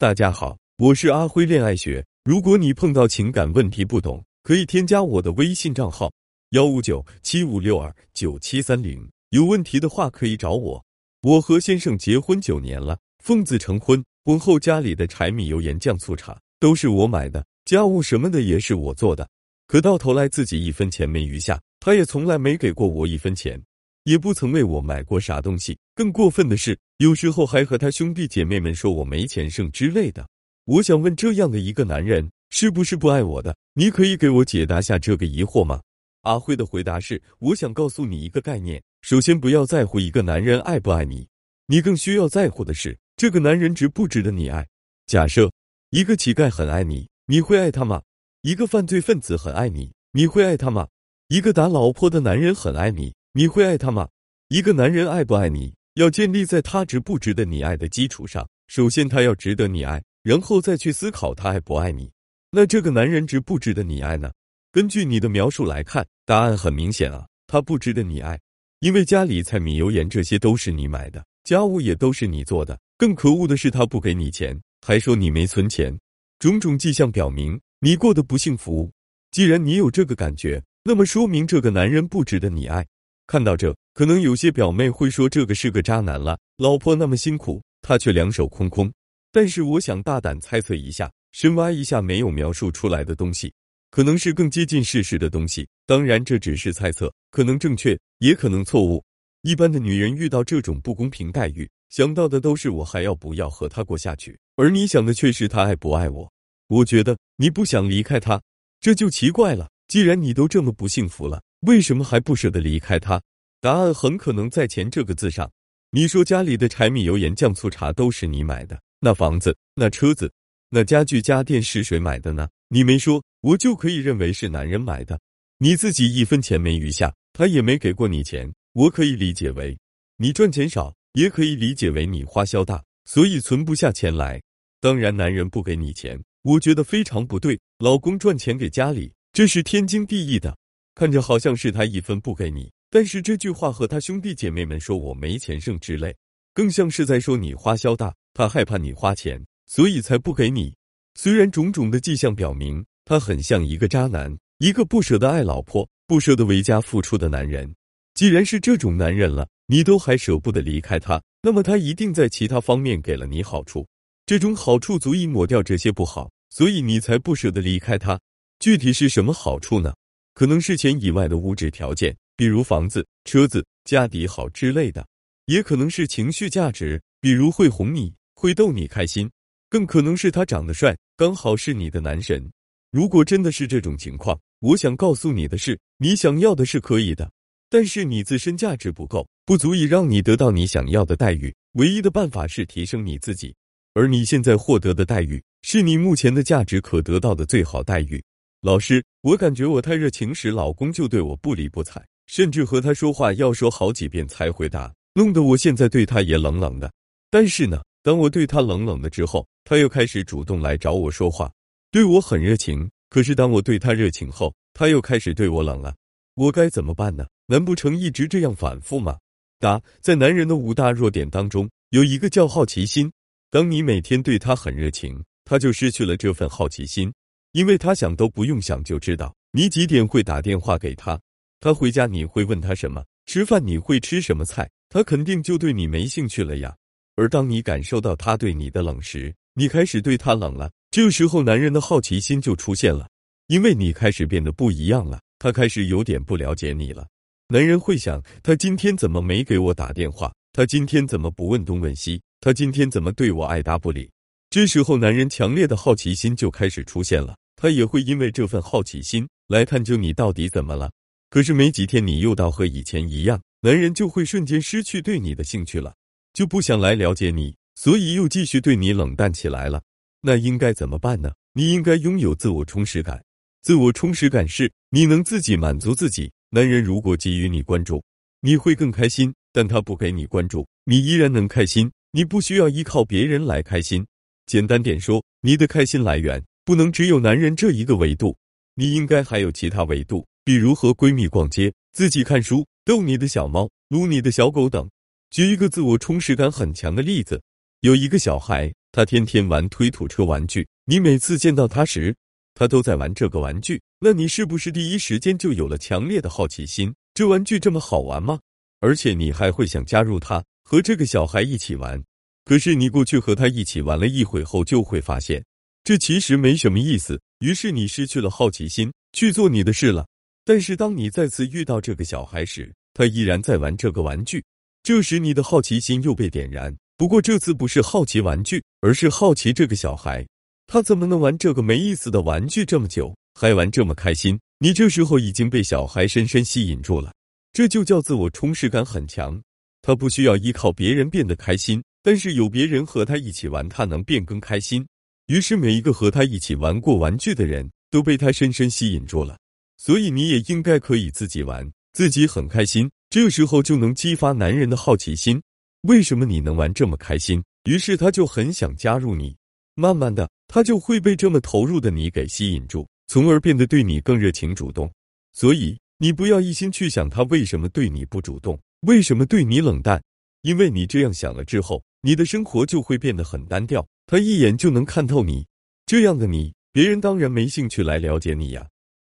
大家好，我是阿辉恋爱学。如果你碰到情感问题不懂，可以添加我的微信账号15975629730，有问题的话可以找我。我和先生结婚9年了，奉子成婚，婚后家里的柴米油盐酱醋茶都是我买的，家务什么的也是我做的，可到头来自己1分钱没余下，他也从来没给过我1分钱，也不曾为我买过啥东西。更过分的是，有时候还和他兄弟姐妹们说我没钱剩之类的。我想问，这样的一个男人是不是不爱我的？你可以给我解答下这个疑惑吗？阿辉的回答是，我想告诉你一个概念，首先不要在乎一个男人爱不爱你，你更需要在乎的是，这个男人值不值得你爱。假设一个乞丐很爱你，你会爱他吗？一个犯罪分子很爱你，你会爱他吗？一个打老婆的男人很爱你，你会爱他吗？一个男人爱不爱你，要建立在他值不值得你爱的基础上，首先他要值得你爱，然后再去思考他爱不爱你。那这个男人值不值得你爱呢？根据你的描述来看，答案很明显啊，他不值得你爱。因为家里菜米油盐这些都是你买的，家务也都是你做的，更可恶的是他不给你钱，还说你没存钱。种种迹象表明你过得不幸福。既然你有这个感觉，那么说明这个男人不值得你爱。看到这，可能有些表妹会说这个是个渣男了，老婆那么辛苦，他却两手空空。但是我想大胆猜测一下，深挖一下没有描述出来的东西，可能是更接近事实的东西。当然这只是猜测，可能正确，也可能错误。一般的女人遇到这种不公平待遇，想到的都是我还要不要和他过下去，而你想的却是他爱不爱我。我觉得你不想离开他，这就奇怪了。既然你都这么不幸福了，为什么还不舍得离开他？答案很可能在钱这个字上。你说家里的柴米油盐酱醋茶都是你买的，那房子，那车子，那家具家电是谁买的呢？你没说，我就可以认为是男人买的。你自己1分钱没余下，他也没给过你钱，我可以理解为你赚钱少，也可以理解为你花销大，所以存不下钱来。当然男人不给你钱，我觉得非常不对，老公赚钱给家里，这是天经地义的。看着好像是他1分不给你，但是这句话和他兄弟姐妹们说我没钱剩之类，更像是在说你花销大，他害怕你花钱，所以才不给你。虽然种种的迹象表明他很像一个渣男，一个不舍得爱老婆，不舍得为家付出的男人。既然是这种男人了，你都还舍不得离开他，那么他一定在其他方面给了你好处，这种好处足以抹掉这些不好，所以你才不舍得离开他。具体是什么好处呢？可能是钱以外的物质条件，比如房子、车子、家底好之类的，也可能是情绪价值，比如会哄你，会逗你开心，更可能是他长得帅，刚好是你的男神。如果真的是这种情况，我想告诉你的是，你想要的是可以的，但是你自身价值不够，不足以让你得到你想要的待遇，唯一的办法是提升你自己，而你现在获得的待遇，是你目前的价值可得到的最好待遇。老师，我感觉我太热情时，老公就对我不理不睬，甚至和他说话要说好几遍才回答，弄得我现在对他也冷冷的。但是呢，当我对他冷冷的之后，他又开始主动来找我说话，对我很热情，可是当我对他热情后，他又开始对我冷了。我该怎么办呢？难不成一直这样反复吗？答：在男人的5大弱点当中，有一个叫好奇心。当你每天对他很热情，他就失去了这份好奇心。因为他想都不用想就知道你几点会打电话给他，他回家你会问他什么，吃饭你会吃什么菜，他肯定就对你没兴趣了呀。而当你感受到他对你的冷时，你开始对他冷了，这时候男人的好奇心就出现了，因为你开始变得不一样了，他开始有点不了解你了。男人会想，他今天怎么没给我打电话，他今天怎么不问东问西，他今天怎么对我爱答不理。这时候男人强烈的好奇心就开始出现了，他也会因为这份好奇心来探究你到底怎么了。可是没几天你又到和以前一样，男人就会瞬间失去对你的兴趣了，就不想来了解你，所以又继续对你冷淡起来了。那应该怎么办呢？你应该拥有自我充实感。自我充实感是你能自己满足自己。男人如果给予你关注，你会更开心，但他不给你关注，你依然能开心，你不需要依靠别人来开心。简单点说，你的开心来源不能只有男人这一个维度，你应该还有其他维度，比如和闺蜜逛街，自己看书，逗你的小猫，撸你的小狗等。举一个自我充实感很强的例子，有一个小孩他天天玩推土车玩具，你每次见到他时，他都在玩这个玩具，那你是不是第一时间就有了强烈的好奇心？这玩具这么好玩吗？而且你还会想加入他，和这个小孩一起玩。可是你过去和他一起玩了一会后，就会发现，这其实没什么意思，于是你失去了好奇心，去做你的事了。但是当你再次遇到这个小孩时，他依然在玩这个玩具，这时你的好奇心又被点燃。不过这次不是好奇玩具，而是好奇这个小孩，他怎么能玩这个没意思的玩具这么久，还玩这么开心？你这时候已经被小孩深深吸引住了，这就叫自我充实感很强。他不需要依靠别人变得开心，但是有别人和他一起玩，他能变更开心。于是每一个和他一起玩过玩具的人都被他深深吸引住了。所以你也应该可以自己玩，自己很开心，这时候就能激发男人的好奇心。为什么你能玩这么开心？于是他就很想加入你，慢慢的，他就会被这么投入的你给吸引住，从而变得对你更热情主动。所以你不要一心去想他为什么对你不主动，为什么对你冷淡，因为你这样想了之后，你的生活就会变得很单调，他一眼就能看透你。这样的你，别人当然没兴趣来了解你呀。